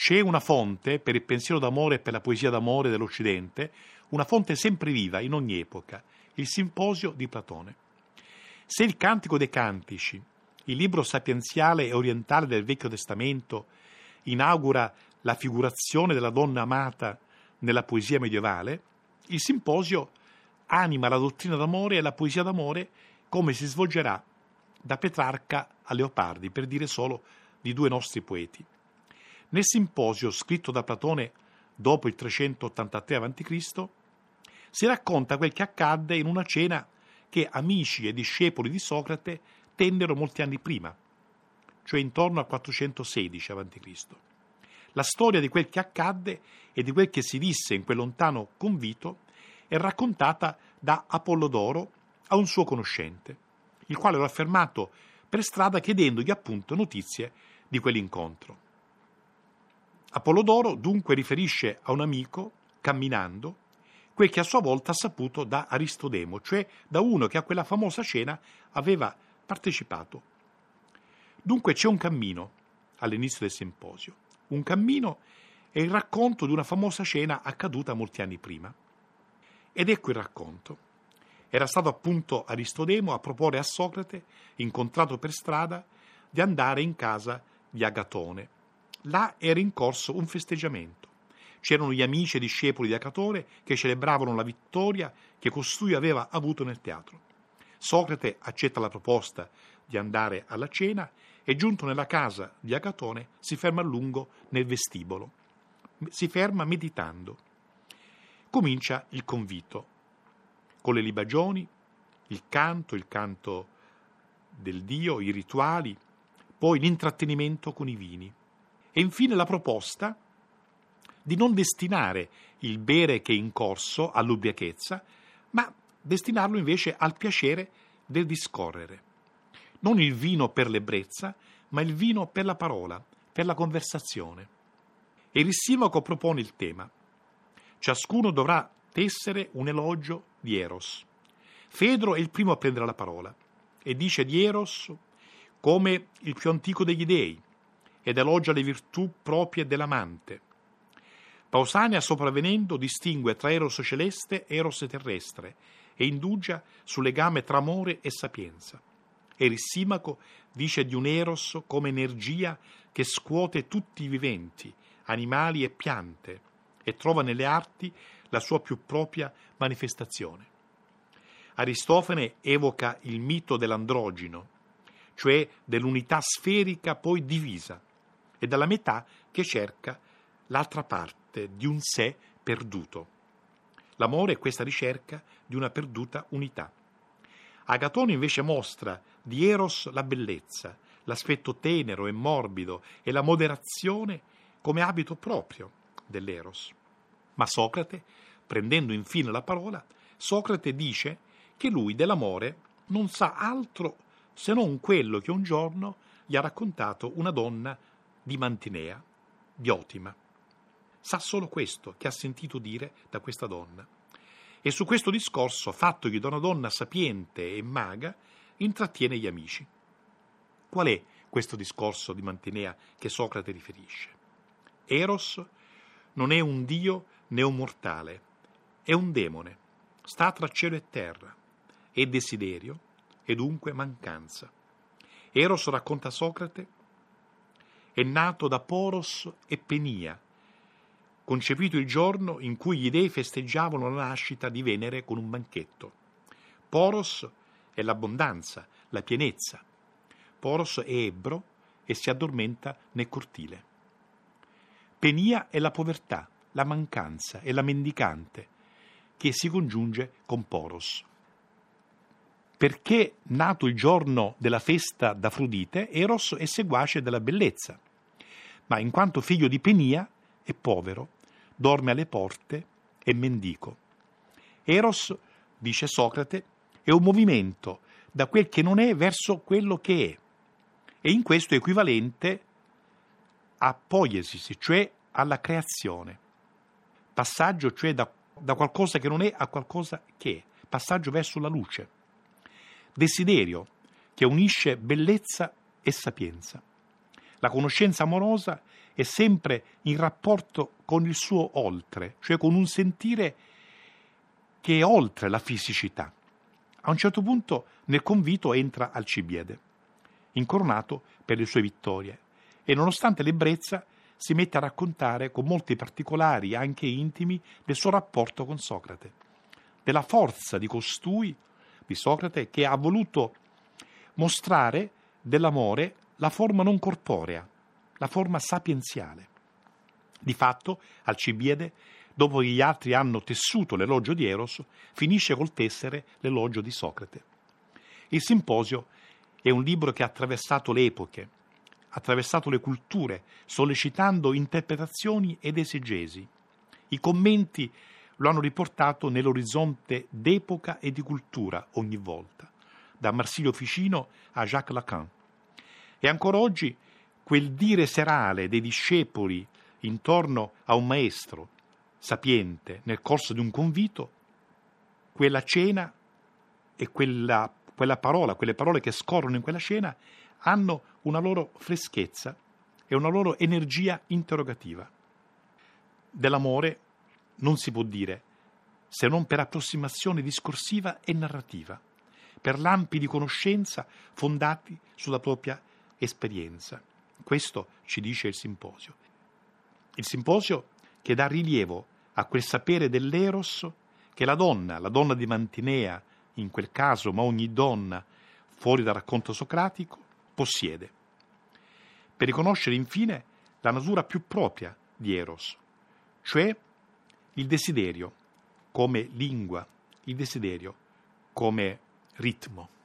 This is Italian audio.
C'è una fonte per il pensiero d'amore e per la poesia d'amore dell'Occidente, una fonte sempre viva in ogni epoca, il Simposio di Platone. Se il Cantico dei Cantici, il libro sapienziale e orientale del Vecchio Testamento, inaugura la figurazione della donna amata nella poesia medievale, il Simposio anima la dottrina d'amore e la poesia d'amore come si svolgerà da Petrarca a Leopardi, per dire solo di due nostri poeti. Nel Simposio, scritto da Platone dopo il 383 a.C., si racconta quel che accadde in una cena che amici e discepoli di Socrate tennero molti anni prima, cioè intorno al 416 a.C. La storia di quel che accadde e di quel che si disse in quel lontano convito è raccontata da Apollodoro a un suo conoscente, il quale lo ha fermato per strada chiedendogli appunto notizie di quell'incontro. Apollodoro dunque riferisce a un amico, camminando, quel che a sua volta ha saputo da Aristodemo, cioè da uno che a quella famosa cena aveva partecipato. Dunque c'è un cammino all'inizio del simposio. Un cammino è il racconto di una famosa cena accaduta molti anni prima. Ed ecco il racconto. Era stato appunto Aristodemo a proporre a Socrate, incontrato per strada, di andare in casa di Agatone. Là era in corso un festeggiamento. C'erano gli amici e discepoli di Agatone che celebravano la vittoria che costui aveva avuto nel teatro. Socrate accetta la proposta di andare alla cena e, giunto nella casa di Agatone, si ferma a lungo nel vestibolo. Si ferma meditando. Comincia il convito, con le libagioni, il canto del Dio, i rituali, poi l'intrattenimento con i vini. E infine la proposta di non destinare il bere che è in corso all'ubriachezza, ma destinarlo invece al piacere del discorrere. Non il vino per l'ebbrezza, ma il vino per la parola, per la conversazione. E Rissimaco propone il tema. Ciascuno dovrà tessere un elogio di Eros. Fedro è il primo a prendere la parola e dice di Eros come il più antico degli dei, ed elogia le virtù proprie dell'amante. Pausania, sopravvenendo, distingue tra Eros celeste e Eros terrestre e indugia sul legame tra amore e sapienza. E Rissimaco dice di un Eros come energia che scuote tutti i viventi, animali e piante, e trova nelle arti la sua più propria manifestazione. Aristofane evoca il mito dell'androgino, cioè dell'unità sferica poi divisa, e dalla metà che cerca l'altra parte di un sé perduto. L'amore è questa ricerca di una perduta unità. Agatone invece mostra di Eros la bellezza, l'aspetto tenero e morbido e la moderazione come abito proprio dell'Eros. Ma Socrate, prendendo infine la parola, Socrate dice che lui dell'amore non sa altro se non quello che un giorno gli ha raccontato una donna di Mantinea, Diotima. Sa solo questo che ha sentito dire da questa donna. E su questo discorso, fattogli da una donna sapiente e maga, intrattiene gli amici. Qual è questo discorso di Mantinea che Socrate riferisce? Eros non è un dio né un mortale, è un demone, sta tra cielo e terra, è desiderio e dunque mancanza. Eros, racconta Socrate, è nato da Poros e Penia, concepito il giorno in cui gli dei festeggiavano la nascita di Venere con un banchetto. Poros è l'abbondanza, la pienezza. Poros è ebbro e si addormenta nel cortile. Penia è la povertà, la mancanza e la mendicante, che si congiunge con Poros. Perché, nato il giorno della festa d'Afrodite, Eros è seguace della bellezza, ma in quanto figlio di Penia è povero, dorme alle porte e mendico. Eros, dice Socrate, è un movimento da quel che non è verso quello che è, e in questo è equivalente a poiesis, cioè alla creazione. Passaggio, cioè da qualcosa che non è a qualcosa che è, passaggio verso la luce. Desiderio, che unisce bellezza e sapienza. La conoscenza amorosa è sempre in rapporto con il suo oltre, cioè con un sentire che è oltre la fisicità. A un certo punto nel convito entra Alcibiade, incoronato per le sue vittorie, e nonostante l'ebbrezza si mette a raccontare con molti particolari, anche intimi, del suo rapporto con Socrate, della forza di costui, di Socrate, che ha voluto mostrare dell'amore la forma non corporea, la forma sapienziale. Di fatto, Alcibiade, dopo che gli altri hanno tessuto l'elogio di Eros, finisce col tessere l'elogio di Socrate. Il Simposio è un libro che ha attraversato le epoche, ha attraversato le culture, sollecitando interpretazioni ed esegesi. I commenti lo hanno riportato nell'orizzonte d'epoca e di cultura ogni volta, da Marsilio Ficino a Jacques Lacan. E ancora oggi quel dire serale dei discepoli intorno a un maestro sapiente nel corso di un convito, quella cena e quelle parole che scorrono in quella cena hanno una loro freschezza e una loro energia interrogativa. Dell'amore non si può dire se non per approssimazione discorsiva e narrativa, per lampi di conoscenza fondati sulla propria esperienza. Questo ci dice il Simposio. Il Simposio che dà rilievo a quel sapere dell'eros che la donna di Mantinea in quel caso, ma ogni donna fuori dal racconto socratico, possiede. Per riconoscere infine la natura più propria di Eros, cioè il desiderio come lingua, il desiderio come ritmo.